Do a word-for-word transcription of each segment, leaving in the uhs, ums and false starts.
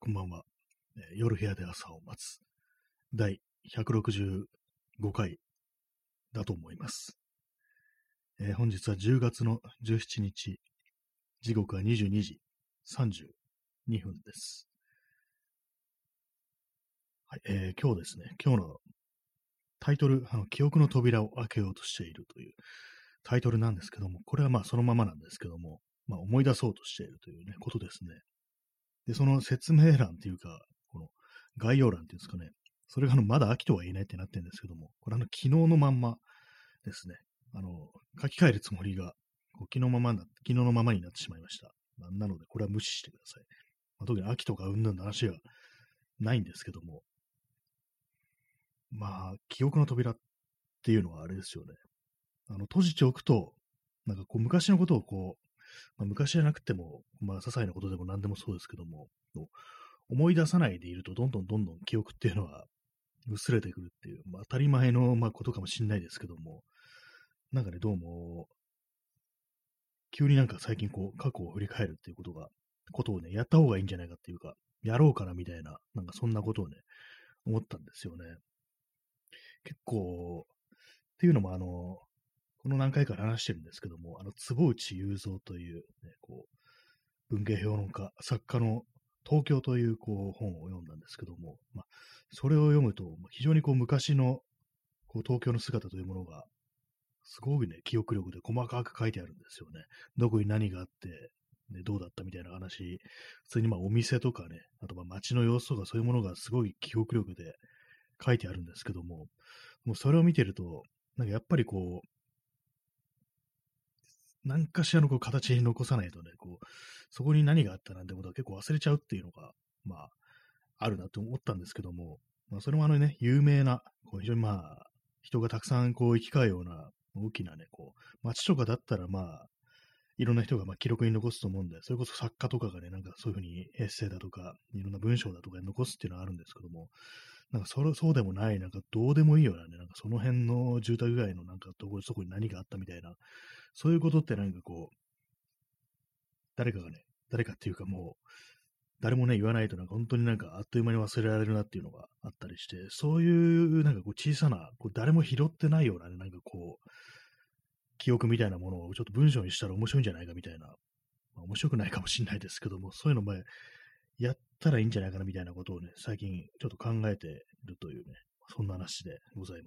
こんばんは。えー夜部屋で朝を待つ。第ひゃくろくじゅうごかいだと思います。えー本日はじゅうがつのじゅうしちにち、時刻はにじゅうにじさんじゅうにふんです。はい、えー今日ですね、今日のタイトル、あの記憶の扉を開けようとしているというタイトルなんですけども、これはまあそのままなんですけども、まあ、思い出そうとしているというね、ことですね。で、その説明欄っていうか、この概要欄っていうんですかね、それがあのまだ秋とは言えないってなってるんですけども、これあの昨日のまんまですね、あの、書き換えるつもりが、こう昨日ままな、昨日のままになってしまいました。まあなので、これは無視してください。まあ、特に秋とか云々の話はないんですけども、まあ、記憶の扉っていうのはあれですよね。あの、閉じておくと、なんかこう昔のことをこう、まあ、昔じゃなくても、まあ、些細なことでも何でもそうですけども、思い出さないでいると、どんどんどんどん記憶っていうのは薄れてくるっていう、まあ、当たり前の、まあ、ことかもしれないですけども、なんかね、どうも、急になんか最近こう、過去を振り返るっていうことが、ことをね、やった方がいいんじゃないかっていうか、やろうかなみたいな、なんかそんなことをね、思ったんですよね。結構、っていうのもあの、この何回か話してるんですけども、あの、坪内雄三という、ね、こう、文芸評論家、作家の東京というこう本を読んだんですけども、まあ、それを読むと、非常にこう昔のこう東京の姿というものが、すごくね、記憶力で細かく書いてあるんですよね。どこに何があって、ね、どうだったみたいな話、普通にまあお店とかね、あとまあ街の様子とかそういうものがすごい記憶力で書いてあるんですけども、もうそれを見てると、なんかやっぱりこう、何かしらのこう形に残さないとね、こう、そこに何があったなんてことは結構忘れちゃうっていうのが、まあ、あるなと思ったんですけども、まあ、それもあのね、有名な、こう非常にまあ、人がたくさんこう行き交うような大きなね、こう、街とかだったらまあ、いろんな人がまあ記録に残すと思うんで、それこそ作家とかがね、なんかそういうふうにエッセイだとか、いろんな文章だとかに残すっていうのはあるんですけども、なんかそれ、そうでもない、なんかどうでもいいようなね、なんかその辺の住宅街のなんかところ、そこに何があったみたいな、そういうことってなんかこう、誰かがね、誰かっていうかもう、誰もね、言わないとなんか本当になんかあっという間に忘れられるなっていうのがあったりして、そういうなんかこう小さな、こう誰も拾ってないようなね、なんかこう、記憶みたいなものをちょっと文章にしたら面白いんじゃないかみたいな、まあ、面白くないかもしれないですけども、そういうのもやったらいいんじゃないかなみたいなことをね、最近ちょっと考えているというね、そんな話でございます。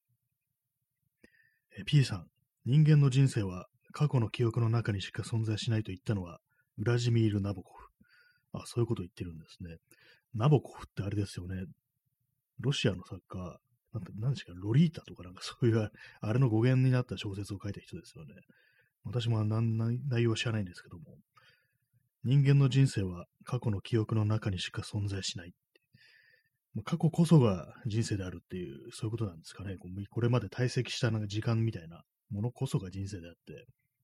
え P さん、人間の人生は過去の記憶の中にしか存在しないと言ったのは、ウラジミール・ナボコフ。あ、そういうことを言ってるんですね。ナボコフってあれですよね。ロシアの作家、なんて、何ですか、ロリータとかなんかそういう、あれの語源になった小説を書いた人ですよね。私も何内容は知らないんですけども、人間の人生は過去の記憶の中にしか存在しない。過去こそが人生であるっていう、そういうことなんですかね。これまで堆積したなんか時間みたいなものこそが人生であって、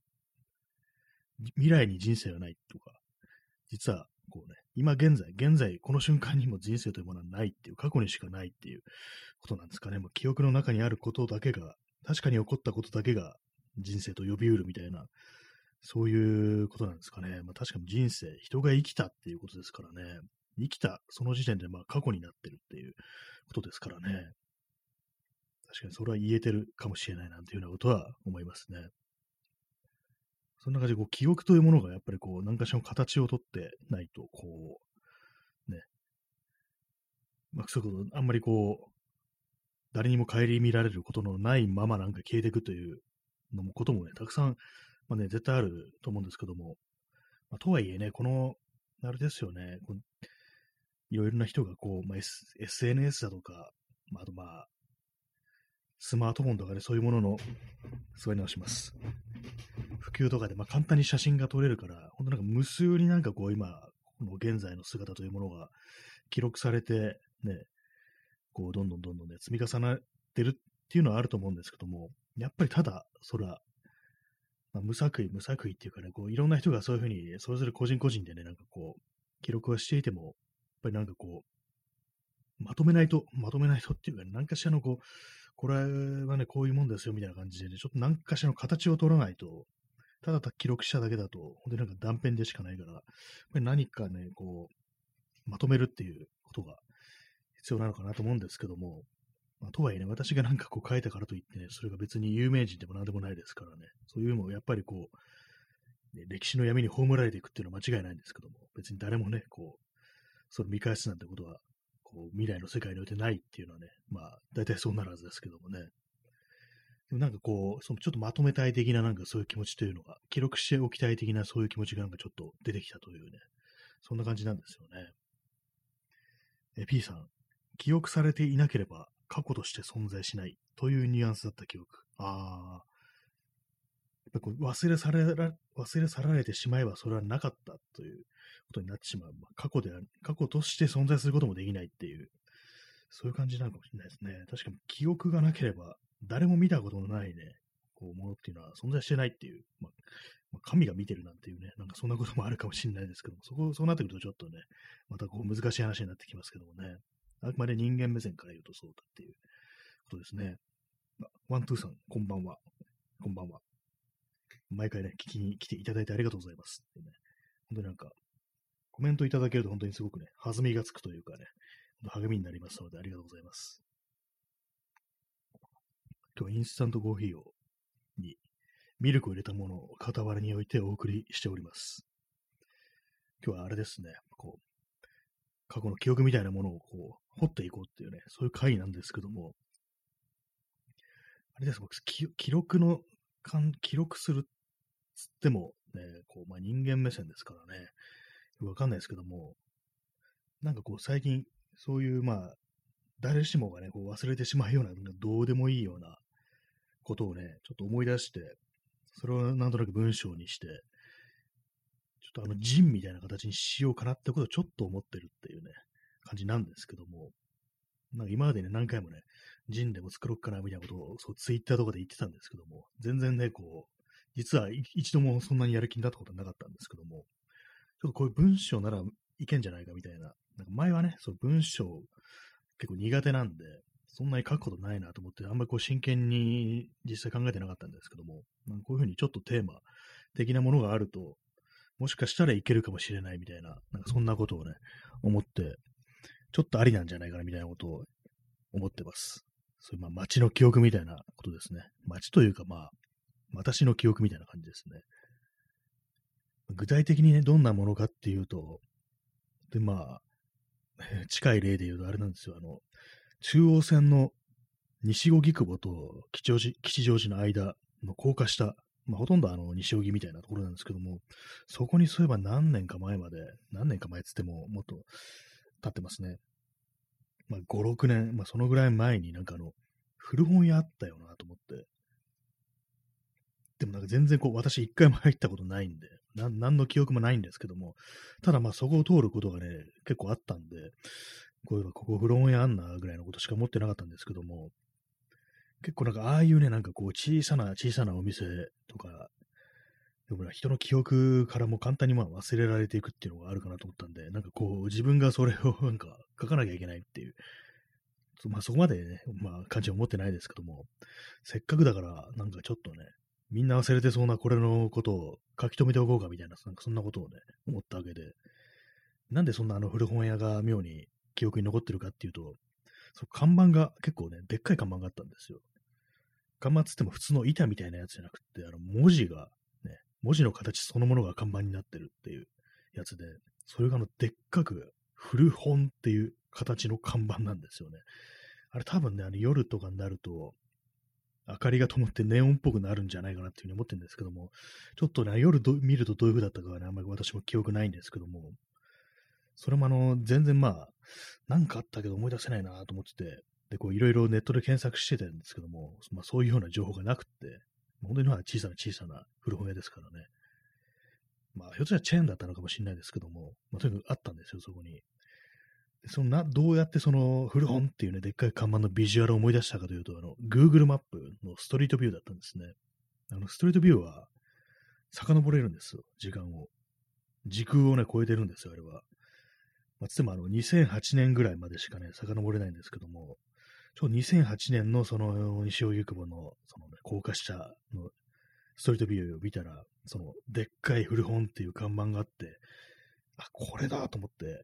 未来に人生はないとか、実はこうね、今現在、現在、この瞬間にも人生というものはないっていう、過去にしかないっていうことなんですかね。もう記憶の中にあることだけが、確かに起こったことだけが人生と呼び得るみたいな、そういうことなんですかね。まあ確かに人生、人が生きたっていうことですからね。生きた、その時点でまあ過去になってるっていうことですからね。確かにそれは言えてるかもしれないなんていうようなことは思いますね。そんな感じでこう記憶というものがやっぱりこう何かしらの形をとってないと、こう、ね、まあ、そういうこと、あんまりこう、誰にも顧みられることのないままなんか消えていくというのもこともね、たくさん、まあね、絶対あると思うんですけども、まあ、とはいえね、この、あれですよね、このいろいろな人がこう、まあ、S、エスエヌエス だとか、まあ、あとまあ、スマートフォンとかでそういうものの、座り直します。普及とかで、まあ、簡単に写真が撮れるから、本当なんか無数になんかこう、今、この現在の姿というものが記録されて、ね、こう、どんどんどんどんね、積み重なってるっていうのはあると思うんですけども、やっぱりただ、それは、まあ、無作為、無作為っていうかね、こう、いろんな人がそういうふうに、それぞれ個人個人でね、なんかこう、記録はしていても、やっぱりなんかこう、まとめないと、まとめないとっていうか、ね、何かしらのこう、これはね、こういうもんですよみたいな感じでね、ちょっと何かしらの形を取らないと、ただ記録しただけだと、本当になんか断片でしかないから、やっぱり何かね、こう、 まとめるっていうことが必要なのかなと思うんですけども、まあ、とはいえね、私がなんかこう書いたからといってね、それが別に有名人でもなんでもないですからね、そういうのをやっぱりこう、ね、歴史の闇に葬られていくっていうのは間違いないんですけども、別に誰もね、こう、それ見返すなんてことは、こう、未来の世界においてないっていうのはね、まあ、大体そうなるはずですけどもね。でもなんかこう、そのちょっとまとめたい的ななんかそういう気持ちというのが、記録しておきたい的なそういう気持ちがなんかちょっと出てきたというね、そんな感じなんですよね。え、P さん、記憶されていなければ過去として存在しないというニュアンスだった記憶。ああ、やっぱこう忘れ去られ、忘れ去られてしまえばそれはなかったということになってしまう。まあ、過去である、過去として存在することもできないっていう、そういう感じなのかもしれないですね。確かに記憶がなければ、誰も見たことのないね、こう、ものっていうのは存在してないっていう、まあ、まあ神が見てるなんていうね、なんかそんなこともあるかもしれないですけども、そこ、そうなってくるとちょっとね、またこう難しい話になってきますけどもね、あくまで人間目線から言うとそうだっていうことですね。あワントゥーさん、こんばんは。こんばんは。毎回ね、聞きに来ていただいてありがとうございます。ね、本当になんか、コメントいただけると本当にすごくね、弾みがつくというかね、励みになりますのでありがとうございます。今日はインスタントコーヒーをにミルクを入れたものを傍らに置いてお送りしております。今日はあれですね、こう、過去の記憶みたいなものをこう、掘っていこうっていうね、そういう回なんですけども、あれです、僕、記記録の、記録するっつっても、ね、こう、まあ、人間目線ですからね、よくわかんないですけども、なんかこう、最近、そういう、まあ、誰しもがね、こう忘れてしまうような、どうでもいいようなことをね、ちょっと思い出して、それをなんとなく文章にして、ちょっとあの、ジンみたいな形にしようかなってことをちょっと思ってるっていうね、感じなんですけども、なんか今までね、何回もね、ジンでも作ろうかなみたいなことを、そう、ツイッターとかで言ってたんですけども、全然ね、こう、実は一度もそんなにやる気になったことはなかったんですけども、ちょっとこういう文章ならいけんじゃないかみたいな、なんか前はね、そう文章結構苦手なんで、そんなに書くことないなと思って、あんまりこう真剣に実際考えてなかったんですけども、なんかこういうふうにちょっとテーマ的なものがあると、もしかしたらいけるかもしれないみたいな、なんかそんなことをね、思って、ちょっとありなんじゃないかなみたいなことを思ってます。そういうまあ街の記憶みたいなことですね。街というかまあ、私の記憶みたいな感じですね。具体的にね、どんなものかっていうと、でまあ、近い例で言うとあれなんですよ。あの、中央線の西荻窪と吉祥寺吉祥寺の間の高架下、まあ、ほとんどあの西荻みたいなところなんですけども、そこにそういえば何年か前まで、何年か前っつってももっと経ってますね。まあ、ご、ろくねん、まあ、そのぐらい前になんかあの、古本屋あったよなと思って。でもなんか全然こう、私一回も入ったことないんで、なん、何の記憶もないんですけども、ただまあそこを通ることがね、結構あったんで、こういうの、ここ古本屋あんなぐらいのことしか思ってなかったんですけども、結構なんかああいうね、なんかこう小さな小さなお店とか、でも人の記憶からも簡単にまあ忘れられていくっていうのがあるかなと思ったんで、なんかこう自分がそれをなんか書かなきゃいけないっていう、まあそこまでね、まあ感じは思ってないですけども、せっかくだからなんかちょっとね、みんな忘れてそうなこれのことを書き留めておこうかみたいな、なんかそんなことをね、思ったわけで、なんでそんなあの古本屋が妙に記憶に残ってるかっていうと、そ看板が結構ね、でっかい看板があったんですよ。看板つっても普通の板みたいなやつじゃなくて、あの文字が、ね、文字の形そのものが看板になってるっていうやつで、それがあのでっかく古本っていう形の看板なんですよね。あれ多分ね、あの夜とかになると、明かりが灯ってネオンっぽくなるんじゃないかなっていうふうに思ってるんですけども、ちょっとね、夜ど見るとどういう風だったかはね、あんまり私も記憶ないんですけども、それもあの、全然まあ、なんかあったけど思い出せないなと思ってて、で、こういろいろネットで検索してたんですけども、まあそういうような情報がなくって、本当にまあ小さな小さな古本屋ですからね。まあひょっとしたらチェーンだったのかもしれないですけども、まあとにかくあったんですよ、そこに。でそのな、どうやってその古本っていうね、でっかい看板のビジュアルを思い出したかというと、あの、Google マップのストリートビューだったんですね。あの、ストリートビューは遡れるんですよ、時間を。時空をね、超えてるんですよ、あれは。まあ、つってもあの、にせんはちねんぐらいまでしかね、遡れないんですけども、ちょうどにせんはちねんのその西荻窪のその、ね、高架下のストリートビューを見たら、そのでっかい古本っていう看板があって、あ、これだと思って、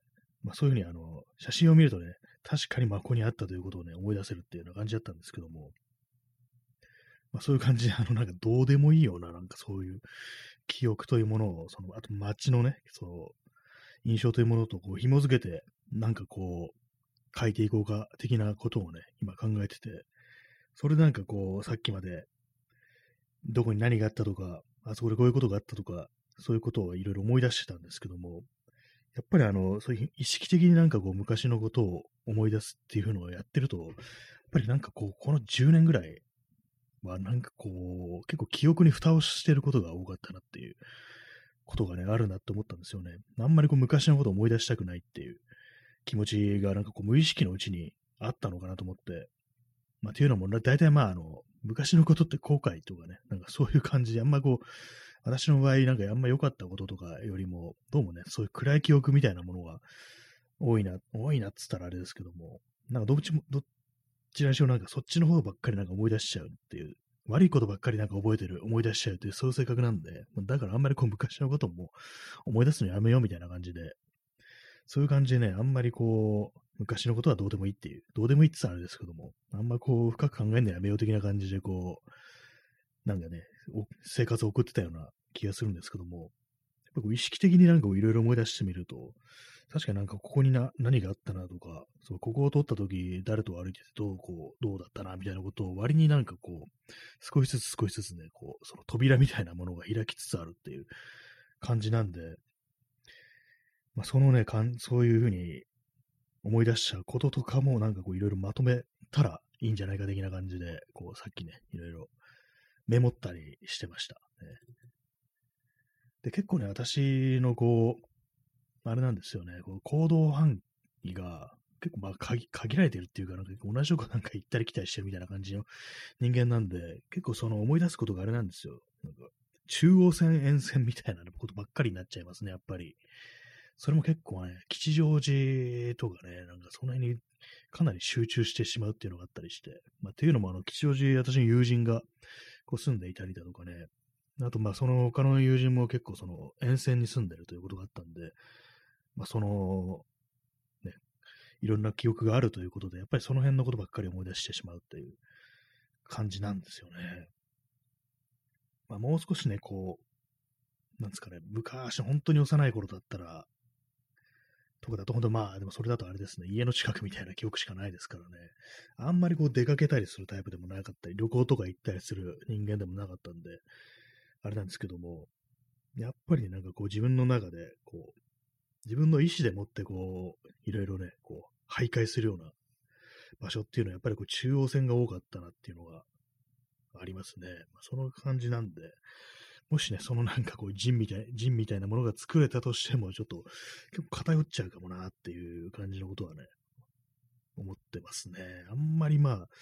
まあそういうふうにあの、写真を見るとね、確かにまあここにあったということをね、思い出せるっていうような感じだったんですけども、まあそういう感じで、あのなんかどうでもいいような、なんかそういう記憶というものを、その、あと街のね、その、印象というものとこう紐づけて、なんかこう、書いていこうか的なことをね、今考えてて、それでなんかこう、さっきまでどこに何があったとか、あそこでこういうことがあったとか、そういうことをいろいろ思い出してたんですけども、やっぱりあの、そういう意識的になんかこう昔のことを思い出すっていうのをやってると、やっぱりなんかこう、このじゅうねんぐらいはなんかこう、結構記憶に蓋をしてることが多かったなっていうことがね、あるなって思ったんですよね。あんまりこう昔のことを思い出したくないっていう気持ちがなんかこう無意識のうちにあったのかなと思って、まあっていうのも、大体まああの、昔のことって後悔とかね、なんかそういう感じで、あんまこう、私の場合、なんかあんま良かったこととかよりも、どうもね、そういう暗い記憶みたいなものが多いな、多いなっつったらあれですけども、なんかどっちも、どっちらにしろなんかそっちの方ばっかりなんか思い出しちゃうっていう、悪いことばっかりなんか覚えてる、思い出しちゃうっていう、そういう性格なんで、だからあんまりこう昔のことも思い出すのやめようみたいな感じで、そういう感じでね、あんまりこう、昔のことはどうでもいいっていう、どうでもいいって言ったらあれですけども、あんまこう、深く考えるのやめよう的な感じで、こう、なんかね、生活を送ってたような気がするんですけども、やっぱこう意識的になんかいろいろ思い出してみると、確かになんかここにな何があったなとか、そうここを通った時誰と歩いててどうこう、どうだったなみたいなことを割になんかこう、少しずつ少しずつね、こう、その扉みたいなものが開きつつあるっていう感じなんで、まあ、そのね、かんそういうふうに思い出しちゃうこととかもなんかこういろいろまとめたらいいんじゃないか的な感じで、こうさっきね、いろいろメモったりしてました。ね、で、結構ね、私のこう、あれなんですよね、こう行動範囲が結構まあ限限られてるっていうか、なんか同じとこなんか行ったり来たりしてるみたいな感じの人間なんで、結構その思い出すことがあれなんですよ。なんか中央線沿線みたいなことばっかりになっちゃいますね、やっぱり。それも結構ね、吉祥寺とかね、なんかその辺にかなり集中してしまうっていうのがあったりして、まあ、っていうのもあの、吉祥寺、私の友人がこう住んでいたりだとかね、あとまあその他の友人も結構その沿線に住んでるということがあったんで、まあその、ね、いろんな記憶があるということで、やっぱりその辺のことばっかり思い出してしまうっていう感じなんですよね。まあもう少しね、こう、なんですかね、昔、本当に幼い頃だったら、とかだと、本当まあ、でもそれだとあれですね、家の近くみたいな記憶しかないですからね。あんまりこう出かけたりするタイプでもなかったり、旅行とか行ったりする人間でもなかったんで、あれなんですけども、やっぱりね、なんかこう自分の中で、こう、自分の意思でもってこう、いろいろね、こう、徘徊するような場所っていうのは、やっぱりこう中央線が多かったなっていうのがありますね。まあ、その感じなんで、もしね、そのなんかこう、陣みたい、陣みたいなものが作れたとしても、ちょっと結構偏っちゃうかもなっていう感じのことはね、思ってますね。あんまりまあ、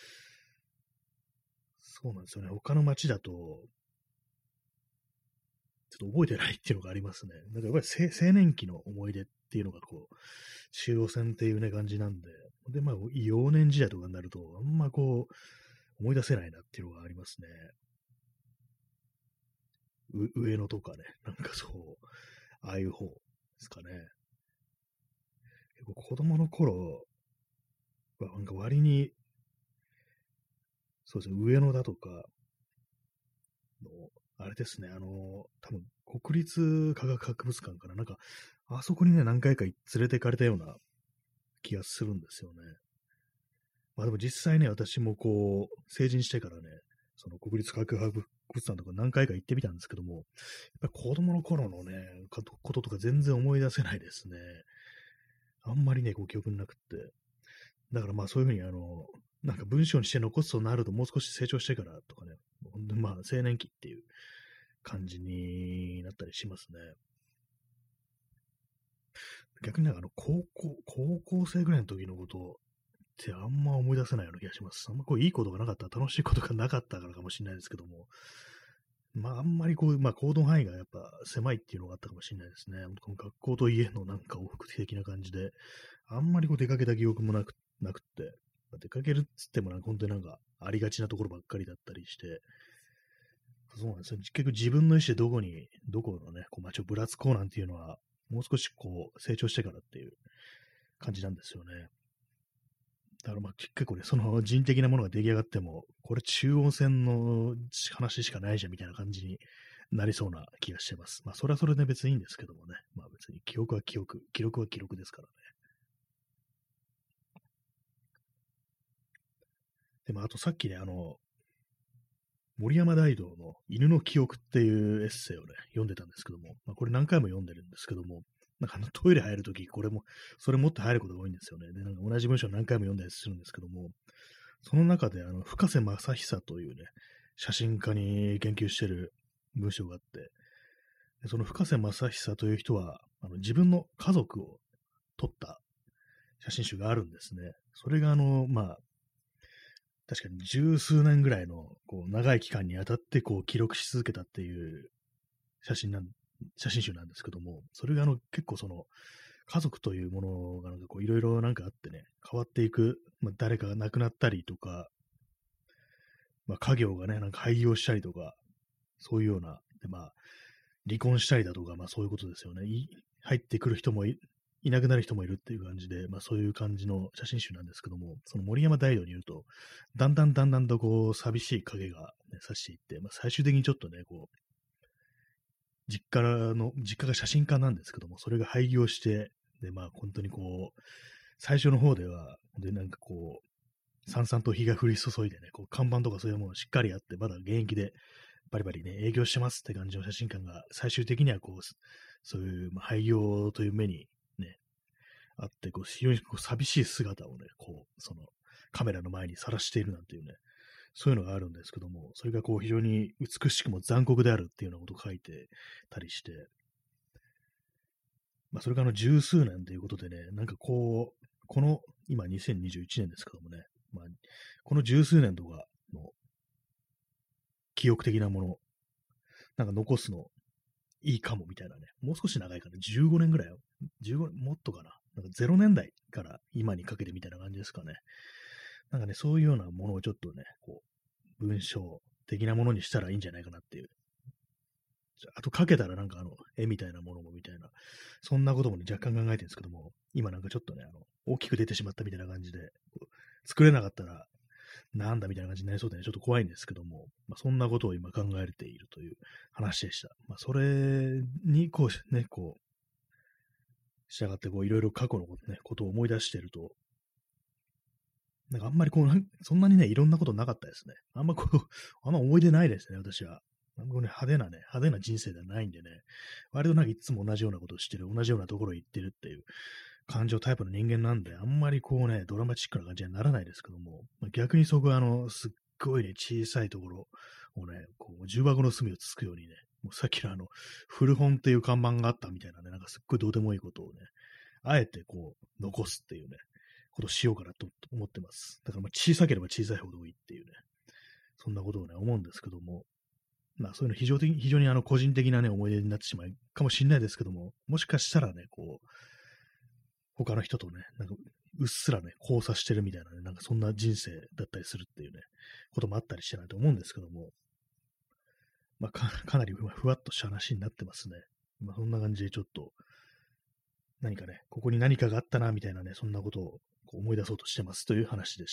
そうなんですよね。他の街だと、ちょっと覚えてないっていうのがありますね。なんかやっぱり青年期の思い出っていうのがこう、中央線っていうね、感じなんで、で、まあ、幼年時代とかになると、あんまこう、思い出せないなっていうのがありますね。う上野とかね、なんかそう、ああいう方ですかね。結構子供の頃はなんか割に、そうですね、上野だとかの、あれですね、あの、多分国立科学博物館かな、なんか、あそこにね、何回か連れて行かれたような気がするんですよね。まあでも実際ね、私もこう、成人してからね、その国立科学博物館とか何回か行ってみたんですけども、やっぱり子供の頃のね、こととか全然思い出せないですね。あんまりね、こう記憶になくって。だからまあそういうふうにあの、なんか文章にして残すとなるともう少し成長してからとかね、ほんとまあ青年期っていう感じになったりしますね。逆になんかあの高校、高校生ぐらいの時のことってあんま思い出せないような気がします。あんまこういいことがなかった、楽しいことがなかったからかもしれないですけども、まああんまりこう、まあ行動範囲がやっぱ狭いっていうのがあったかもしれないですね。この学校と家のなんか往復的な感じで、あんまりこう出かけた記憶もなく、なくって、出かけるっつってもなんか本当になんかありがちなところばっかりだったりして、そうなんですよ。結局自分の意思でどこに、どこのね、こう街をぶらつこうなんていうのは、もう少しこう成長してからっていう感じなんですよね。だからまあ結構ね、その人的なものが出来上がっても、これ中央線の話しかないじゃんみたいな感じになりそうな気がしてます。まあそれはそれで別にいいんですけどもね。まあ別に記憶は記憶、記録は記録ですからね。でもあとさっきね、あの、森山大道の犬の記憶っていうエッセイをね、読んでたんですけども、まあ、これ何回も読んでるんですけども、なんかあのトイレ入るとき、これも、それ持って入ることが多いんですよね。で、なんか同じ文章何回も読んだりするんですけども、その中で、あの、深瀬正久というね、写真家に研究してる文章があって、でその深瀬正久という人は、あの自分の家族を撮った写真集があるんですね。それが、あの、まあ、確かに十数年ぐらいのこう長い期間にあたってこう記録し続けたっていう写真なん、写真集なんですけども、それがあの結構その家族というものがなんかこういろいろなんかあってね、変わっていく、まあ、誰かが亡くなったりとか、まあ、家業がね、なんか廃業したりとか、そういうような、でまあ、離婚したりだとか、まあそういうことですよね。い入ってくる人もい、いなくなる人もいるっていう感じで、まあそういう感じの写真集なんですけども、その森山大道に言うと、だんだんだんだんとこう、寂しい影が、ね、差していって、まあ最終的にちょっとね、こう、実家の、実家が写真家なんですけども、それが廃業して、で、まあ本当にこう、最初の方では、で、なんかこう、さんさんと日が降り注いでね、こう看板とかそういうものしっかりあって、まだ現役でバリバリね、営業してますって感じの写真館が、最終的にはこう、そういう、まあ、廃業という目にね、あって、こう、非常にこう寂しい姿をね、こう、その、カメラの前にさらしているなんていうね、そういうのがあるんですけども、それがこう、非常に美しくも残酷であるっていうようなことを書いてたりして、まあ、それがあの、十数年ということでね、なんかこう、この、今にせんにじゅういちねんですけどもね、まあ、この十数年とかの記憶的なもの、なんか残すのいいかもみたいなね。もう少し長いかな。じゅうごねんぐらいよ。じゅうごねん、もっとかな。なんかゼロねんだいから今にかけてみたいな感じですかね。なんかね、そういうようなものをちょっとね、こう、文章的なものにしたらいいんじゃないかなっていう。あと書けたらなんかあの、絵みたいなものもみたいな、そんなこともね、若干考えてるんですけども、今なんかちょっとね、あの、大きく出てしまったみたいな感じで、こう作れなかったら、なんだみたいな感じになりそうでね、ちょっと怖いんですけども、まあ、そんなことを今考えているという話でした。まあ、それに、こう、ね、こう、従ってこういろいろ過去のこと,、ね、ことを思い出していると、なんかあんまりこう、そんなにね、いろんなことなかったですね。あんまこう、あんま思い出ないですね、私は。あんまこうね、派手なね、派手な人生ではないんでね、割となんかいつも同じようなことをしてる、同じようなところに行ってるっていう感情タイプの人間なんで、あんまりこうね、ドラマチックな感じにはならないですけども、まあ、逆にそこはあの、すっごいね、小さいところをね、こう、重箱の隅をつつくようにね、もうさっきのあの、古本っていう看板があったみたいなね、なんかすっごいどうでもいいことをね、あえてこう、残すっていうね、ことをしようかなと思ってます。だからまあ小さければ小さいほどいいっていうね、そんなことをね、思うんですけども、まあそういうの非常的非常にあの個人的なね、思い出になってしまうかもしれないですけども、もしかしたらね、こう、他の人とね、なんかうっすらね、交差してるみたいなね、なんかそんな人生だったりするっていうね、こともあったりしてないと思うんですけども、まあか、かなりふわふわっとした話になってますね。まあそんな感じでちょっと、何かね、ここに何かがあったな、みたいなね、そんなことをこう思い出そうとしてますという話でした。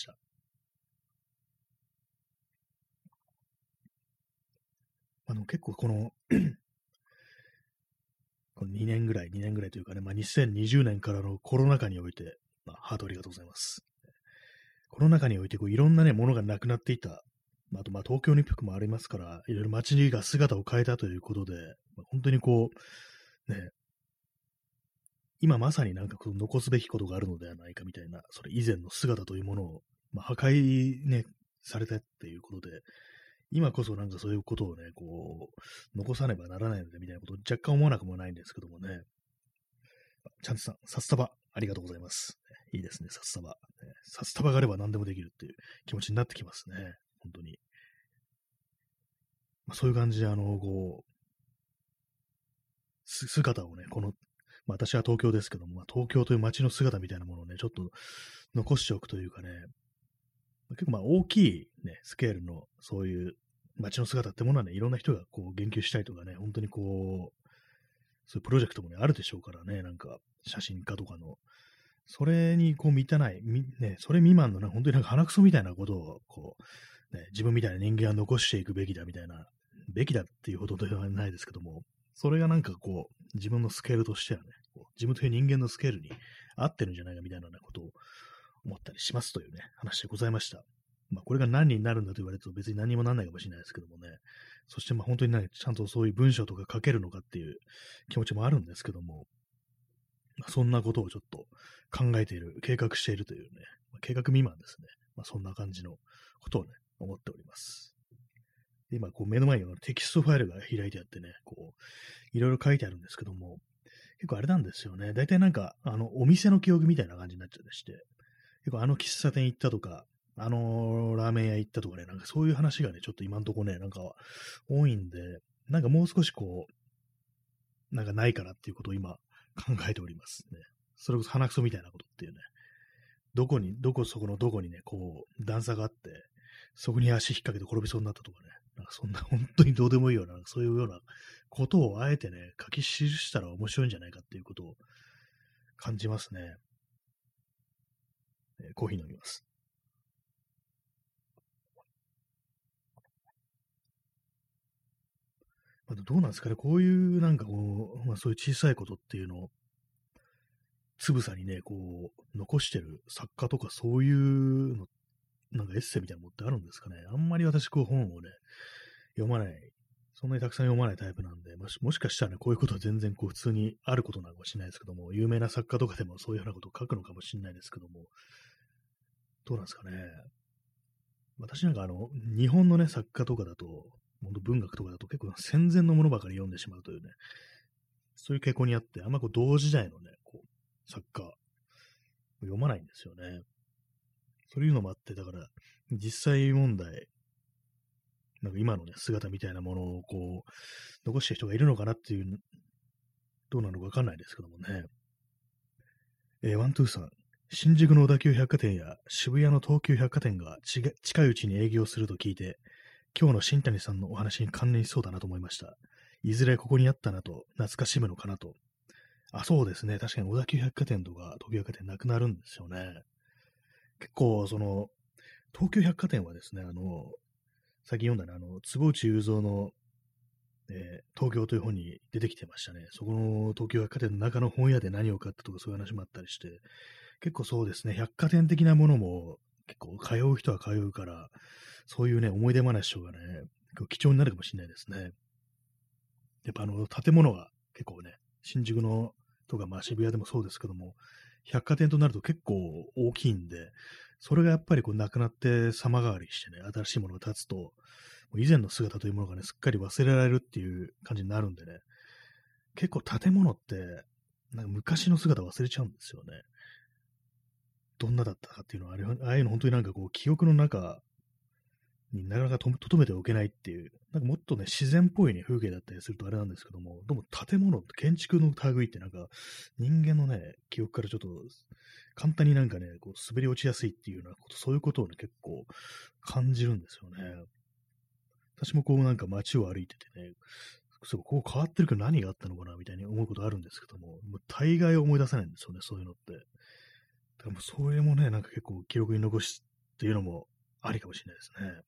あの結構このこのにねんぐらい、にねんぐらいというかね、まあ、にせんにじゅうねんからのコロナ禍において、まあ、ハートありがとうございます。コロナ禍においてこういろんなね、ものがなくなっていた。まあ、あと、まあ、東京オリンピックもありますから、いろいろ街が姿を変えたということで、まあ、本当にこう、ね、今まさになんかこう残すべきことがあるのではないかみたいな、それ以前の姿というものを、まあ、破壊ね、されたっていうことで、今こそなんかそういうことをね、こう、残さねばならないのでみたいなことを若干思わなくもないんですけどもね。チャンツさん、札束、ありがとうございます。いいですね、札束。札束があれば何でもできるっていう気持ちになってきますね。本当に。まあ、そういう感じで、あの、こう、姿をね、この、まあ、私は東京ですけども、まあ、東京という街の姿みたいなものをね、ちょっと残しておくというかね、結構まあ大きいね、スケールのそういう街の姿ってものはね、いろんな人がこう言及したりとかね、本当にこう、そういうプロジェクトもね、あるでしょうからね、なんか写真家とかの、 それにこう満たない、みね、それ未満のね、本当になんか鼻くそみたいなことを、こう、ね、自分みたいな人間は残していくべきだみたいな、べきだっていうほどではないですけども、それがなんかこう、自分のスケールとしてはね、こう自分という人間のスケールに合ってるんじゃないかみたいな、ね、ことを思ったりしますというね、話でございました。まあ、これが何になるんだと言われると別に何にもならないかもしれないですけどもね、そしてまあ本当にね、ちゃんとそういう文章とか書けるのかっていう気持ちもあるんですけども、まあ、そんなことをちょっと考えている、計画しているというね、まあ、計画未満ですね。まあ、そんな感じのことをね、思っております。で今、こう目の前にテキストファイルが開いてあってね、こう、いろいろ書いてあるんですけども、結構あれなんですよね。大体なんか、あの、お店の記憶みたいな感じになっちゃってして、結構あの喫茶店行ったとか、あのラーメン屋行ったとかね、なんかそういう話がね、ちょっと今んとこね、なんか多いんで、なんかもう少しこう、なんかないかなっていうことを今考えておりますね。それこそ鼻くそみたいなことっていうね、どこに、どこそこのどこにね、こう、段差があって、そこに足引っ掛けて転びそうになったとかね、なんかそんな本当にどうでもいいような、そういうようなことをあえてね、書き記したら面白いんじゃないかっていうことを感じますね。えーコーヒー飲みます。まあ、どうなんですかね、こういうなんかこう、まあ、そういう小さいことっていうのを、つぶさにね、こう、残してる作家とかそういうの、なんかエッセイみたいなのってあるんですかね。あんまり私こう本をね、読まない、そんなにたくさん読まないタイプなんで、もしもしかしたらね、こういうことは全然こう普通にあることなのかもしれないですけども、有名な作家とかでもそういうようなことを書くのかもしれないですけども、どうなんですかね。私なんかあの、日本のね、作家とかだと、本当文学とかだと結構戦前のものばかり読んでしまうというね、そういう傾向にあって、あんまこう同時代のね、こう、作家、読まないんですよね。そういうのもあって、だから、実際問題、なんか今のね、姿みたいなものをこう、残してる人がいるのかなっていう、どうなのかわかんないですけどもね。えーワントゥーさん、新宿の小田急百貨店や渋谷の東急百貨店がちが近いうちに営業すると聞いて、今日の新谷さんのお話に関連しそうだなと思いました。いずれここにあったなと、懐かしむのかなと。あ、そうですね。確かに小田急百貨店とか東急百貨店なくなるんですよね。結構、その、東急百貨店はですね、あの、最近読んだね、あの、坪内雄三の、えー東京という本に出てきてましたね。そこの東急百貨店の中の本屋で何を買ったとかそういう話もあったりして、結構そうですね、百貨店的なものも結構通う人は通うから、そういうね、思い出話とかね、結構貴重になるかもしれないですね。やっぱあの、建物が結構ね、新宿のとか、まあ渋谷でもそうですけども、百貨店となると結構大きいんで、それがやっぱりこうなくなって様変わりしてね、新しいものが立つと、もう以前の姿というものがね、すっかり忘れられるっていう感じになるんでね、結構建物って、なんか昔の姿忘れちゃうんですよね。どんなだったかっていうのは、あれは、ああいうの本当になんかこう、記憶の中になかなかと留めておけないっていう、なんかもっとね、自然っぽいね、風景だったりするとあれなんですけども、どうも建物、建築の類ってなんか、人間のね、記憶からちょっと、簡単になんかね、こう滑り落ちやすいっていうようなこと、そういうことをね、結構感じるんですよね。私もこうなんか街を歩いててね、そう、ここ変わってるけど何があったのかなみたいに思うことあるんですけども、もう大概思い出せないんですよね、そういうのって。だからもうそれもね、なんか結構記録に残しっていうのもありかもしれないですね。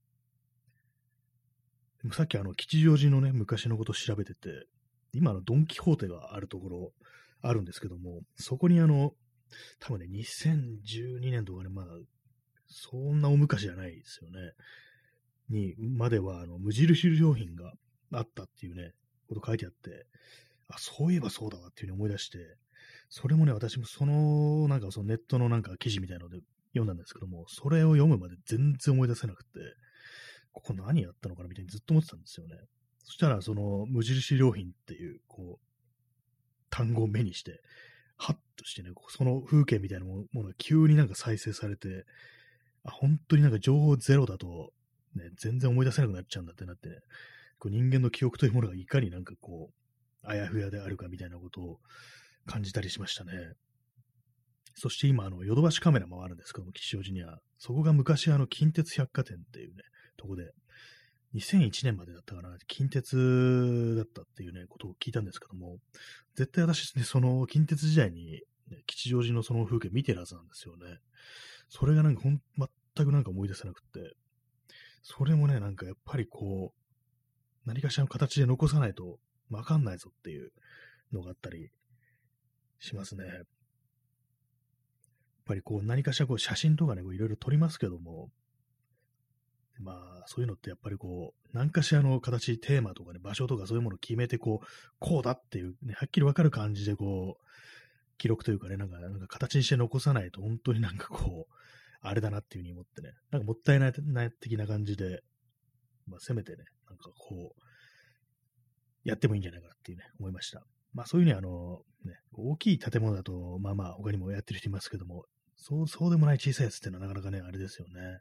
でもさっきあの吉祥寺のね、昔のことを調べてて、今のドン・キホーテがあるところあるんですけども、そこにあの、多分ね、にせんじゅうにねんとかね、まあ、そんな大昔じゃないですよね。に、まではあの無印良品があったっていうね、こと書いてあって、あ、そういえばそうだわっていうふうに思い出して、それもね、私もその、なんかそのネットのなんか記事みたいなので読んだんですけども、それを読むまで全然思い出せなくて、ここ何やったのかなみたいにずっと思ってたんですよね。そしたら、その無印良品っていう、こう、単語を目にして、ハッとしてね、その風景みたいなものが急になんか再生されて、あ、本当になんか情報ゼロだと、ね、全然思い出せなくなっちゃうんだってなって、ね、こう人間の記憶というものがいかになんかこう、あやふやであるかみたいなことを感じたりしましたね。そして今、あの、ヨドバシカメラもあるんですけども、吉祥寺には。そこが昔、あの、近鉄百貨店っていうね、とこで、にせんいちねんまでだったかな、近鉄だったっていうね、ことを聞いたんですけども、絶対私ね、その近鉄時代に、 ね、吉祥寺のその風景見てるはずなんですよね。それがなんかほん、全くなんか思い出せなくって、それもね、なんかやっぱりこう、何かしらの形で残さないとわかんないぞっていうのがあったりしますね。やっぱりこう何かしらこう写真とかね、いろいろ撮りますけども、まあそういうのってやっぱりこう、何かしらの形、テーマとかね、場所とかそういうものを決めてこう、こうだっていう、ね、はっきりわかる感じでこう、記録というかね、なんか、なんか形にして残さないと本当になんかこう、あれだなっていうふうに思ってね、なんかもったいない的な感じで、まあせめてね、なんかこう、やってもいいんじゃないかなっていうね、思いました。まあそういうふうにあの、ね、大きい建物だと、まあまあ他にもやってる人いますけども、そう、そうでもない小さいやつっていうのはなかなかね、あれですよね。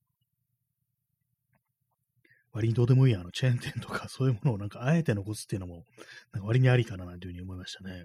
割にどうでもいいあのチェーン店とかそういうものをなんかあえて残すっていうのも、なんか割にありかななんていうふうに思いましたね。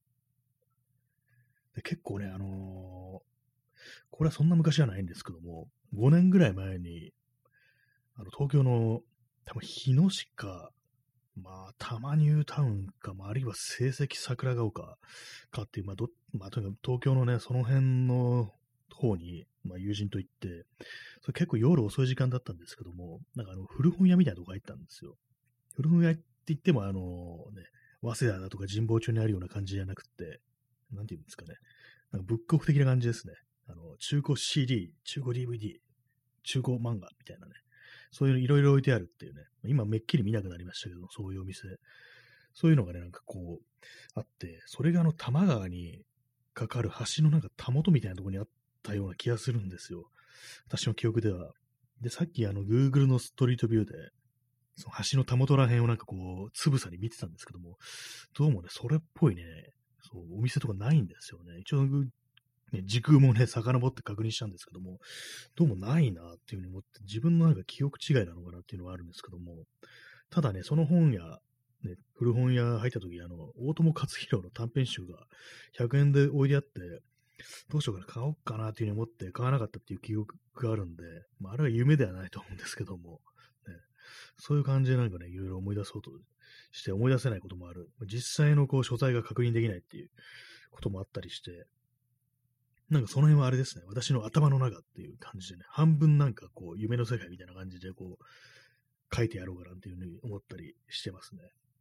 で結構ね、あのーこれはそんな昔じゃないんですけども、ごねんぐらい前に、あの東京の多分日野市か、まあ、多摩ニュータウンか、まあ、あるいは成績桜ヶ丘かっていう、まあど、まあ、とにかく東京のね、その辺の方に、まあ、友人と行って、それ結構夜遅い時間だったんですけども、なんかあの、古本屋みたいなとこ入ったんですよ。古本屋って言っても、あのね、早稲田だとか神保町にあるような感じじゃなくて、なんていうんですかね、なんかブックオフ的な感じですね。あの、中古 シーディー、中古 ディーブイディー、中古漫画みたいなね、そういうのいろいろ置いてあるっていうね、今めっきり見なくなりましたけど、そういうお店。そういうのがね、なんかこう、あって、それがあの、多摩川にかかる橋のなんかたもとみたいなところにあったような気がするんですよ。私の記憶では。で、さっきあの、Google のストリートビューで、その橋のたもとら辺をなんかこう、つぶさに見てたんですけども、どうもね、それっぽいね、そう、お店とかないんですよね。一応、ね、時空もね、遡って確認したんですけども、どうもないなっていうふうに思って、自分のなんか記憶違いなのかなっていうのはあるんですけども、ただね、その本屋、ね、古本屋入った時、あの、大友克洋の短編集がひゃくえんで置いてあって、どうしようかな、買おうかなっていうふうに思って買わなかったっていう記憶があるんで、まあ、あれは夢ではないと思うんですけども、ね、そういう感じでなんかね、いろいろ思い出そうとして思い出せないこともある。実際のこう所在が確認できないっていうこともあったりして、なんかその辺はあれですね、私の頭の中っていう感じでね、半分なんかこう夢の世界みたいな感じでこう書いてやろうかなっていうふうに思ったりしてますね。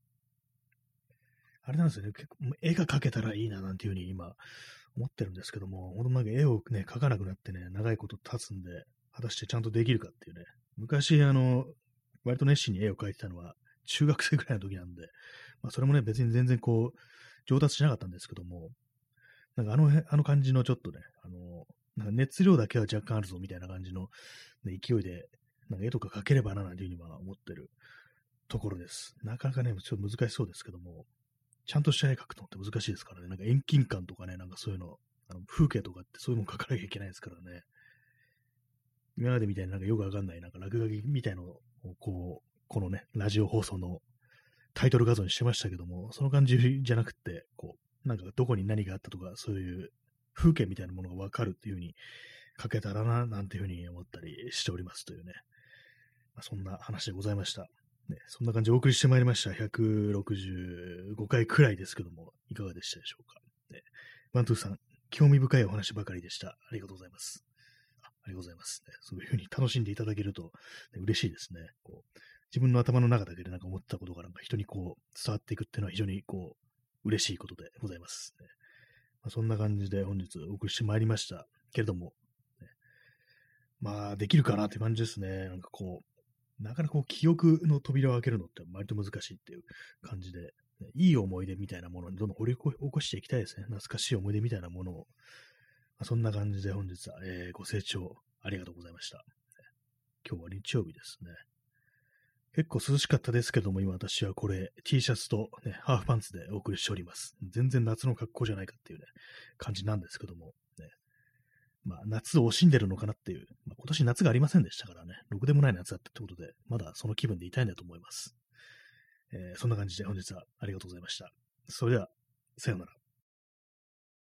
あれなんですよね、結構絵が描けたらいいななんていうふうに今思ってるんですけども、ほんとなんか絵をね、描かなくなってね、長いこと経つんで、果たしてちゃんとできるかっていうね、昔あの、割と熱心に絵を描いてたのは中学生くらいの時なんで、まあそれもね、別に全然こう、上達しなかったんですけども、なんかあの辺、あの感じのちょっとね、あの、なんか熱量だけは若干あるぞみたいな感じの、ね、勢いで、なんか絵とか描ければななんていうふうには思ってるところです。なかなかね、ちょっと難しそうですけども、ちゃんとした絵描くのって難しいですからね、なんか遠近感とかね、なんかそういうの、あの風景とかってそういうの描かなきゃいけないですからね。今までみたいになんかよくわかんない、なんか落書きみたいのを、こう、このね、ラジオ放送のタイトル画像にしてましたけども、その感じじゃなくて、こう、なんかどこに何があったとか、そういう風景みたいなものがわかるっていう風に書けたらな、なんていう風に思ったりしておりますというね。まあ、そんな話でございました。ね、そんな感じでお送りしてまいりました。ひゃくろくじゅうごかいくらいですけども、いかがでしたでしょうか。ね、ワントゥーさん、興味深いお話ばかりでした。ありがとうございます。あありがとうございます、ね。そういう風に楽しんでいただけると、ね、嬉しいですね。こう自分の頭の中だけでなんか思ったことがなんか人にこう伝わっていくっていうのは非常にこう嬉しいことでございます、ね。まあ、そんな感じで本日お送りしてまいりましたけれども、ね、まあできるかなって感じですね。なんかこう、なかなかこう記憶の扉を開けるのって割と難しいっていう感じで、ね、いい思い出みたいなものにどんどん掘り起こしていきたいですね。懐かしい思い出みたいなものを。まあ、そんな感じで本日は、えー、ご清聴ありがとうございました。今日は日曜日ですね。結構涼しかったですけども、今私はこれ T シャツと、ね、ハーフパンツでお送りしております。全然夏の格好じゃないかっていうね、感じなんですけども、ね、まあ夏を惜しんでるのかなっていう、まあ、今年夏がありませんでしたからね、ろくでもない夏だったってことで、まだその気分でいたいんだと思います。えー、そんな感じで本日はありがとうございました。それでは、さようなら。